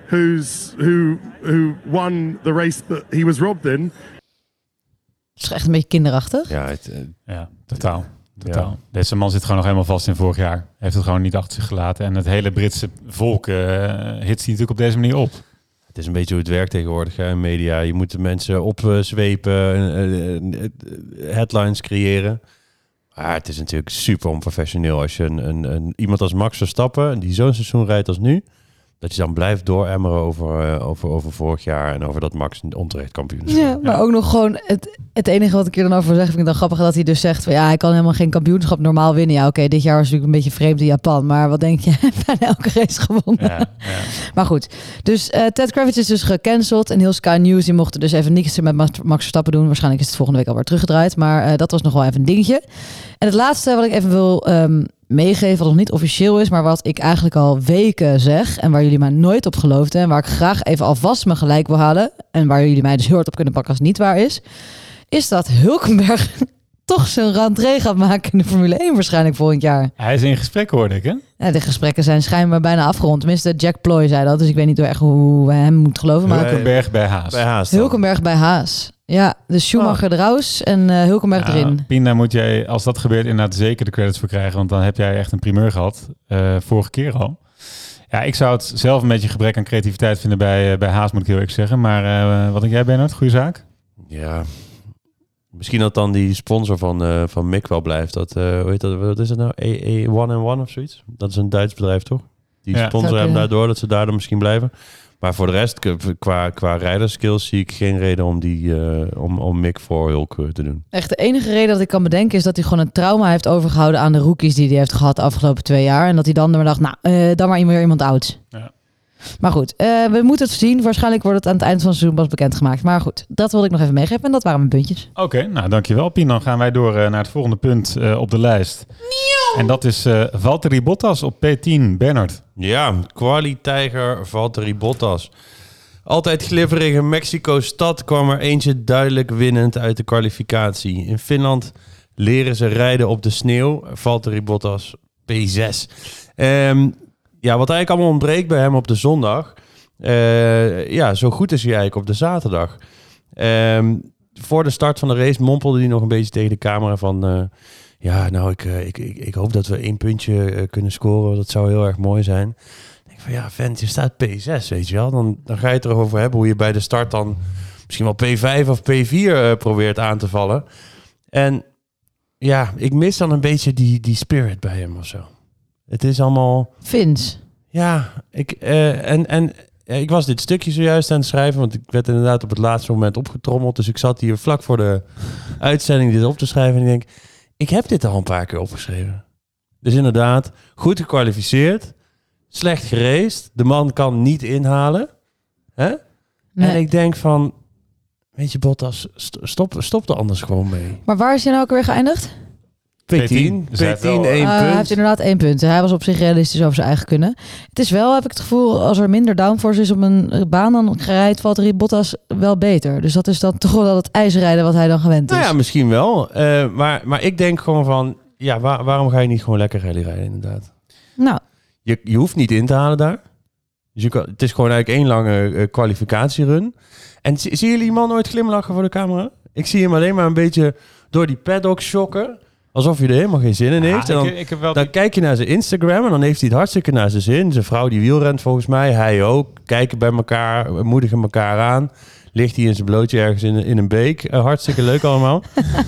who won the race that he was robbed in. Het is echt een beetje kinderachtig. Ja, totaal. Ja. Deze man zit gewoon nog helemaal vast in vorig jaar. Heeft het gewoon niet achter zich gelaten. En het hele Britse volk hitst hij natuurlijk op deze manier op. Het is een beetje hoe het werkt tegenwoordig in media. Je moet de mensen opzwepen, headlines creëren. Maar het is natuurlijk super onprofessioneel als je iemand als Max Verstappen, die zo'n seizoen rijdt als nu, dat je dan blijft dooremmeren over vorig jaar en over dat Max onterecht kampioen is. Ja, maar ook nog gewoon het enige wat ik hier dan over zeg, vind ik dan grappig dat hij dus zegt van ja, hij kan helemaal geen kampioenschap normaal winnen. Ja, oké, dit jaar was natuurlijk een beetje vreemd in Japan, maar wat denk je? Bijna elke race gewonnen. Ja. Maar goed, dus Ted Kravitz is dus gecanceld en heel Sky News, die mochten dus even niks met Max Verstappen doen. Waarschijnlijk is het volgende week alweer teruggedraaid, maar dat was nog wel even een dingetje. En het laatste wat ik even wil meegeven, wat nog niet officieel is, maar wat ik eigenlijk al weken zeg en waar jullie mij nooit op geloofden en waar ik graag even alvast mijn gelijk wil halen en waar jullie mij dus heel hard op kunnen pakken als het niet waar is dat Hülkenberg toch zijn rentree gaat maken in de Formule 1 waarschijnlijk volgend jaar. Hij is in gesprek, hoorde ik, hè? Ja, de gesprekken zijn schijnbaar bijna afgerond. Tenminste, Jack Ploy zei dat, dus ik weet niet echt hoe we hem moeten geloven. Hülkenberg bij Haas. Hülkenberg bij Haas. Ja, dus Schumacher eruit en Hülkenberg erin. Pien, moet jij, als dat gebeurt, inderdaad zeker de credits voor krijgen. Want dan heb jij echt een primeur gehad. Vorige keer al. Ja, ik zou het zelf een beetje gebrek aan creativiteit vinden bij Haas, moet ik heel eerlijk zeggen. Maar wat denk jij, Bernard? Goeie zaak? Ja, Misschien dat dan die sponsor van Mick wel blijft. Dat, hoe heet dat? Wat is het nou? One of zoiets? Dat is een Duits bedrijf, toch? Die sponsor hem daardoor, dat ze daar dan misschien blijven. Maar voor de rest, qua rijderskills zie ik geen reden om Mick voor Hulk te doen. Echt, de enige reden dat ik kan bedenken is dat hij gewoon een trauma heeft overgehouden aan de rookies die hij heeft gehad de afgelopen 2 jaar. En dat hij dan maar dacht, dan maar weer iemand ouds. Ja. Maar goed, we moeten het zien. Waarschijnlijk wordt het aan het eind van het seizoen pas bekendgemaakt. Maar goed, dat wilde ik nog even meegeven en dat waren mijn puntjes. Oké, nou dankjewel Pien. Dan gaan wij door naar het volgende punt op de lijst. En dat is Valtteri Bottas op P10. Bernard. Ja, quali-tijger Valtteri Bottas. Altijd glibberige Mexico-stad kwam er eentje duidelijk winnend uit de kwalificatie. In Finland leren ze rijden op de sneeuw. Valtteri Bottas P6. Wat eigenlijk allemaal ontbreekt bij hem op de zondag. Zo goed is hij eigenlijk op de zaterdag. Voor de start van de race mompelde hij nog een beetje tegen de camera van... ik hoop dat we 1 puntje kunnen scoren. Dat zou heel erg mooi zijn. Ik denk van vent, je staat P6, weet je wel. Dan ga je het erover hebben hoe je bij de start dan misschien wel P5 of P4 probeert aan te vallen. En ik mis dan een beetje die spirit bij hem of zo. Het is allemaal... Fins. Ja, ik was dit stukje zojuist aan het schrijven, want ik werd inderdaad op het laatste moment opgetrommeld. Dus ik zat hier vlak voor de uitzending dit op te schrijven en ik denk... Ik heb dit al een paar keer opgeschreven. Dus inderdaad, goed gekwalificeerd, slecht geraced. De man kan niet inhalen. Hè? Nee. En ik denk van, weet je Bottas, stop er anders gewoon mee. Maar waar is hij nou ook weer geëindigd? P10, 1 punt. Hij heeft inderdaad 1 punt. Hij was op zich realistisch over zijn eigen kunnen. Het is wel, heb ik het gevoel, als er minder downforce is op een baan, dan rijdt Valtteri Bottas wel beter. Dus dat is dan toch wel het ijsrijden wat hij dan gewend is. Nou ja, misschien wel. Maar ik denk gewoon van, waarom ga je niet gewoon lekker rally rijden inderdaad? Nou. Je hoeft niet in te halen daar. Dus het is gewoon eigenlijk 1 lange kwalificatierun. En zie jullie die man nooit glimlachen voor de camera? Ik zie hem alleen maar een beetje door die paddock shocken. Alsof hij er helemaal geen zin in heeft. En dan kijk je naar zijn Instagram en dan heeft hij het hartstikke naar zijn zin. Zijn vrouw die wielrent volgens mij, hij ook. Kijken bij elkaar, moedigen elkaar aan. Ligt hij in zijn blootje ergens in een beek. Hartstikke leuk allemaal.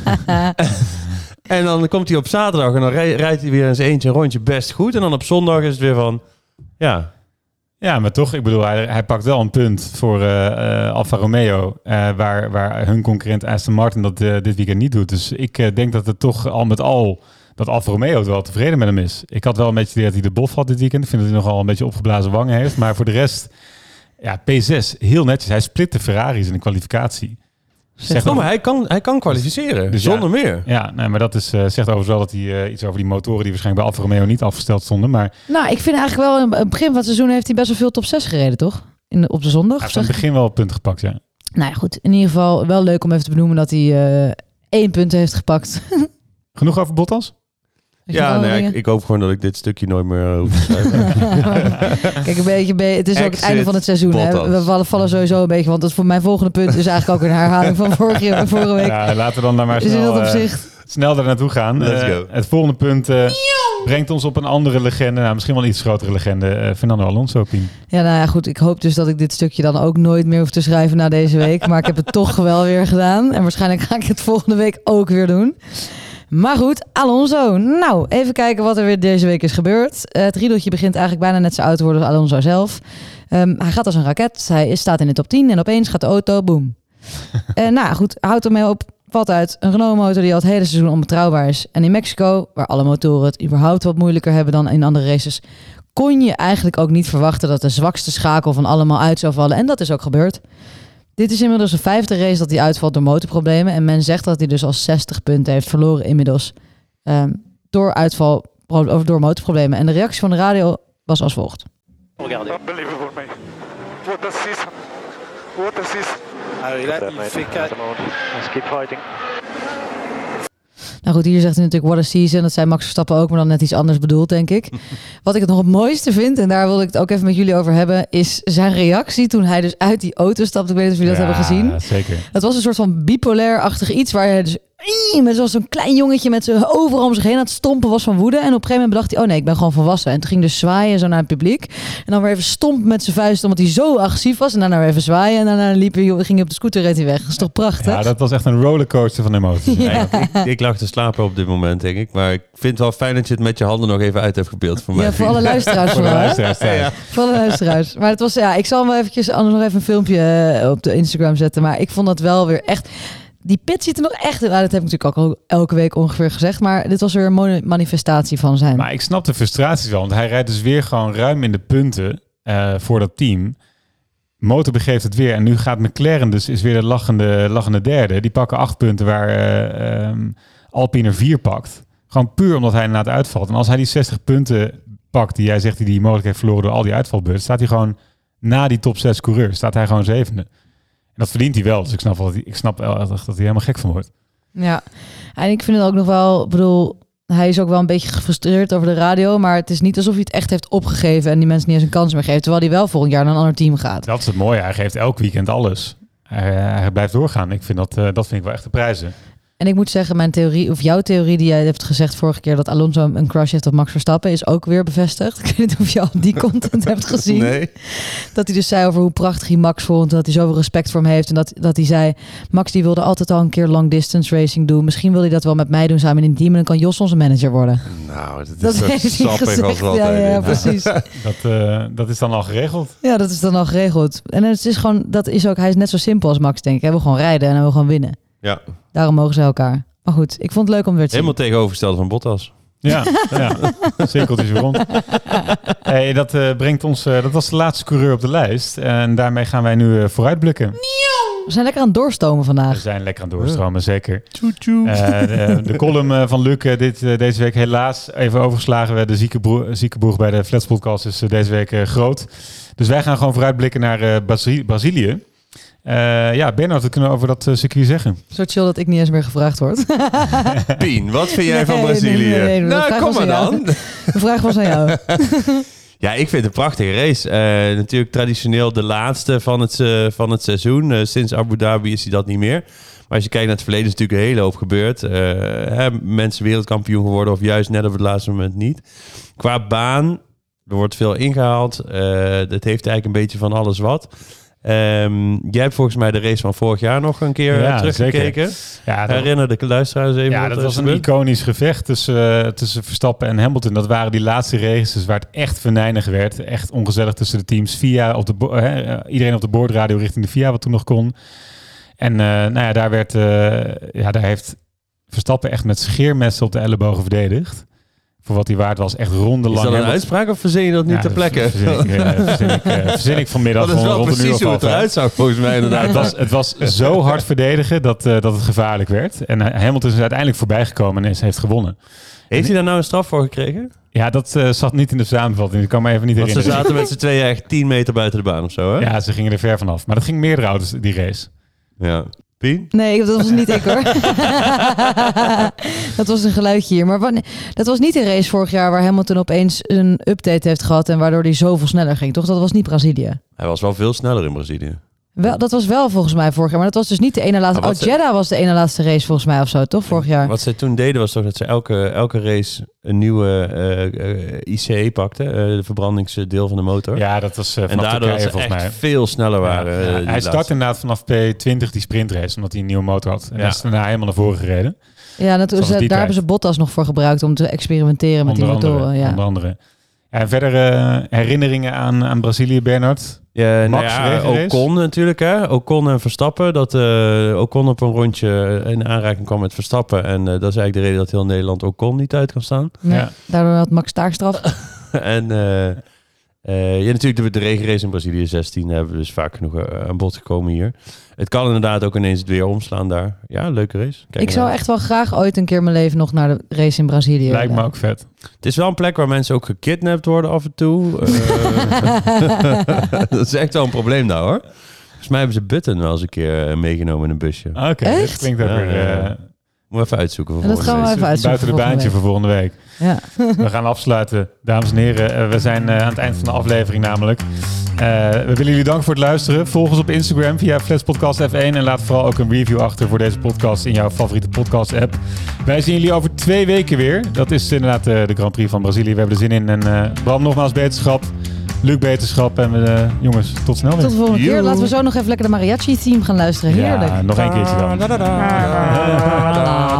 En dan komt hij op zaterdag en dan rijdt hij weer in zijn eentje een rondje best goed. En dan op zondag is het weer van, Ja, maar toch, ik bedoel, hij pakt wel een punt voor Alfa Romeo, waar hun concurrent Aston Martin dat dit weekend niet doet. Dus ik denk dat het toch al met al, dat Alfa Romeo het wel tevreden met hem is. Ik had wel een beetje het idee dat hij de bof had dit weekend. Ik vind dat hij nogal een beetje opgeblazen wangen heeft. Maar voor de rest, P6, heel netjes. Hij split de Ferraris in de kwalificatie. Maar hij kan kwalificeren, dus zonder meer. Ja, nee, maar dat is, zegt overigens wel dat hij iets over die motoren die waarschijnlijk bij Alfa Romeo niet afgesteld stonden. Maar... Nou, ik vind eigenlijk wel, in het begin van het seizoen heeft hij best wel veel top 6 gereden, toch? Op de zondag. Hij heeft in het begin wel punten gepakt, ja. Nou ja, goed. In ieder geval wel leuk om even te benoemen dat hij 1 punt heeft gepakt. Genoeg over Bottas? Ik hoop gewoon dat ik dit stukje nooit meer hoef te schrijven. Kijk, een beetje, het is ook het einde van het seizoen. Hè? We vallen sowieso een beetje, want dat voor mijn volgende punt is eigenlijk ook een herhaling van vorige week. Ja, laten we dan maar snel daar naartoe gaan. Het volgende punt brengt ons op een andere legende. Misschien wel een iets grotere legende. Fernando Alonso, Pien. Ja, nou ja, goed. Ik hoop dus dat ik dit stukje dan ook nooit meer hoef te schrijven na deze week. Maar ik heb het toch wel weer gedaan. En waarschijnlijk ga ik het volgende week ook weer doen. Maar goed, Alonso. Nou, even kijken wat er weer deze week is gebeurd. Het riedeltje begint eigenlijk bijna net zo oud te worden als Alonso zelf. Hij gaat als een raket. Hij staat in de top 10 en opeens gaat de auto, boom. Nou goed, houdt ermee op. Valt uit. Een Renault-motor die al het hele seizoen onbetrouwbaar is. En in Mexico, waar alle motoren het überhaupt wat moeilijker hebben dan in andere races, kon je eigenlijk ook niet verwachten dat de zwakste schakel van allemaal uit zou vallen. En dat is ook gebeurd. Dit is inmiddels de 5e race dat hij uitvalt door motorproblemen. En men zegt dat hij dus al 60 punten heeft verloren inmiddels. Door motorproblemen. En de reactie van de radio was als volgt. Unbelievable, mate. What a season. What a season. Let's keep fighting. Nou goed, hier zegt hij natuurlijk what a season. Dat zei Max Verstappen ook, maar dan net iets anders bedoeld, denk ik. Wat ik het nog het mooiste vind, en daar wil ik het ook even met jullie over hebben, is zijn reactie toen hij dus uit die auto stapte. Ik weet niet of jullie dat hebben gezien. Ja, zeker. Dat was een soort van bipolair-achtig iets, waar hij dus met zo'n klein jongetje met zijn overal om zich heen aan het stompen was van woede. En op een gegeven moment bedacht hij, oh nee, ik ben gewoon volwassen. En toen ging hij dus zwaaien zo naar het publiek. En dan weer even stompen met zijn vuist, omdat hij zo agressief was. En daarna weer even zwaaien. En daarna ging hij op de scooter, reed hij weg. Dat is toch prachtig? Ja, dat was echt een rollercoaster van emoties. Ja. Ik lag te slapen op dit moment, denk ik. Maar ik vind het wel fijn dat je het met je handen nog even uit hebt gebeeld voor mij. Ja, voor alle luisteraars. Voor de luisteraars. Ja. Voor alle luisteraars. Maar het was, ik zal wel eventjes anders nog even een filmpje op de Instagram zetten. Maar ik vond dat wel weer echt... Die pit ziet er nog echt in. Dat heb ik natuurlijk ook al elke week ongeveer gezegd. Maar dit was weer een manifestatie van zijn. Maar ik snap de frustraties wel. Want hij rijdt dus weer gewoon ruim in de punten voor dat team. Motor begeeft het weer. En nu gaat McLaren dus is weer de lachende derde. Die pakken 8 punten waar Alpine er 4 pakt. Gewoon puur omdat hij inderdaad uitvalt. En als hij die 60 punten pakt die jij zegt die mogelijk heeft verloren door al die uitvalbeurten, staat hij gewoon na die top 6 coureurs. Staat hij gewoon 7e. En dat verdient hij wel. Dus ik snap wel dat hij helemaal gek van wordt. Ja, en ik vind het ook nog wel... hij is ook wel een beetje gefrustreerd over de radio. Maar het is niet alsof hij het echt heeft opgegeven en die mensen niet eens een kans meer geeft. Terwijl hij wel volgend jaar naar een ander team gaat. Dat is het mooie. Hij geeft elk weekend alles. Hij blijft doorgaan. Ik vind dat vind ik wel echt de prijzen. En ik moet zeggen, mijn theorie, of jouw theorie die jij hebt gezegd vorige keer, dat Alonso een crush heeft op Max Verstappen, is ook weer bevestigd. Ik weet niet of je al die content hebt gezien. Nee. Dat hij dus zei over hoe prachtig hij Max vond, dat hij zoveel respect voor hem heeft. En dat hij zei, Max die wilde altijd al een keer long distance racing doen. Misschien wil hij dat wel met mij doen samen in een team en dan kan Jos onze manager worden. Nou, dat is zo sappig als altijd. Ja, precies. Dat is dan al geregeld. Ja, dat is dan al geregeld. En het is gewoon, hij is net zo simpel als Max, denk ik. Hij wil gewoon rijden en hij wil gewoon winnen. Ja. Daarom mogen ze elkaar. Maar goed, ik vond het leuk om weer te zien. Helemaal tegenovergesteld van Bottas. Ja. Cirkeltjes weer rond. Hey, dat brengt ons... dat was de laatste coureur op de lijst. En daarmee gaan wij nu vooruitblikken. We zijn lekker aan het doorstomen vandaag. We zijn lekker aan het doorstromen, zeker. De column van Luc deze week helaas even overgeslagen. De zieke boeg bij de Flats Podcast is deze week groot. Dus wij gaan gewoon vooruitblikken naar Brazilië. Bernard, wat kunnen we over dat circuit zeggen? Zo chill dat ik niet eens meer gevraagd word. Pien, wat vind jij van Brazilië? Nee, nou, kom maar dan. De vraag was aan jou. Ja, ik vind het een prachtige race. Natuurlijk traditioneel de laatste van het seizoen. Sinds Abu Dhabi is hij dat niet meer. Maar als je kijkt naar het verleden is natuurlijk een hele hoop gebeurd. Mensen wereldkampioen geworden of juist net op het laatste moment niet. Qua baan, er wordt veel ingehaald. Dat heeft eigenlijk een beetje van alles wat. Jij hebt volgens mij de race van vorig jaar nog een keer teruggekeken. Ja, herinner de luisteraars even. Ja, dat was een iconisch gevecht tussen Verstappen en Hamilton. Dat waren die laatste races waar het echt venijnig werd. Echt ongezellig tussen de teams. Iedereen op de boordradio richting de FIA, wat toen nog kon. En daar heeft Verstappen echt met scheermessen op de ellebogen verdedigd. Voor wat die waard was, echt rondelang. Is dat een uitspraak of verzin je dat niet ter plekke? Verzin ik vanmiddag. Dat is wel precies hoe het eruit zag, volgens mij inderdaad. Het was zo hard verdedigen dat het gevaarlijk werd. En Hamilton is uiteindelijk voorbij gekomen en heeft gewonnen. Heeft hij daar nou een straf voor gekregen? Ja, dat zat niet in de samenvatting. Ik kan me even niet herinneren. Want ze zaten met z'n tweeën echt 10 meter buiten de baan of zo, hè? Ja, ze gingen er ver vanaf. Maar dat ging meerdere auto's, die race. Ja. Pien? Nee, dat was niet ik hoor. Dat was een geluidje hier. Maar dat was niet een race vorig jaar waar Hamilton opeens een update heeft gehad en waardoor hij zoveel sneller ging. Toch? Dat was niet Brazilië. Hij was wel veel sneller in Brazilië. Wel, dat was wel volgens mij vorig jaar. Maar dat was dus niet de ene laatste... Jeddah was de ene laatste race volgens mij of zo, toch? Vorig jaar. Wat zij toen deden was toch dat ze elke race een nieuwe ICE pakten. De verbrandingsdeel van de motor. Ja, dat was vanaf en daardoor Turkije, dat ze volgens mij veel sneller waren. Ja, hij start inderdaad vanaf P20 die sprintrace, omdat hij een nieuwe motor had. En is daarna helemaal naar voren gereden. Ja, daar hebben ze Bottas nog voor gebruikt om te experimenteren met die motoren. Ja. Onder andere. En verder herinneringen aan Brazilië, Bernard? Ocon natuurlijk, hè? Ocon en Verstappen. Dat Ocon op een rondje in aanraking kwam met Verstappen. En dat is eigenlijk de reden dat heel Nederland Ocon niet uit kan staan. Ja. Daardoor had Max taakstraf. En natuurlijk de regenrace in Brazilië 16 hebben we dus vaak genoeg aan bod gekomen hier. Het kan inderdaad ook ineens het weer omslaan daar. Ja, leuke race. Ik zou echt wel graag ooit een keer mijn leven nog naar de race in Brazilië. Lijkt me ook vet. Het is wel een plek waar mensen ook gekidnapt worden af en toe. Dat is echt wel een probleem daar, hoor. Volgens mij hebben ze Button wel eens een keer meegenomen in een busje. Oké, dat klinkt ook weer... Moet even uitzoeken. Dat gaan we even uitzoeken. Buiten de baantje voor volgende week. Ja. We gaan afsluiten. Dames en heren, we zijn aan het eind van de aflevering namelijk. We willen jullie danken voor het luisteren. Volg ons op Instagram via Flespodcast F1 en laat vooral ook een review achter voor deze podcast in jouw favoriete podcast app. Wij zien jullie over 2 weken weer. Dat is inderdaad de Grand Prix van Brazilië. We hebben er zin in. En Bram, nogmaals beterschap. Luc beterschap. En jongens, tot snel weer. Tot de volgende keer. Laten we zo nog even lekker de mariachi theme gaan luisteren. Heerlijk. Ja, nog 1 keertje dan.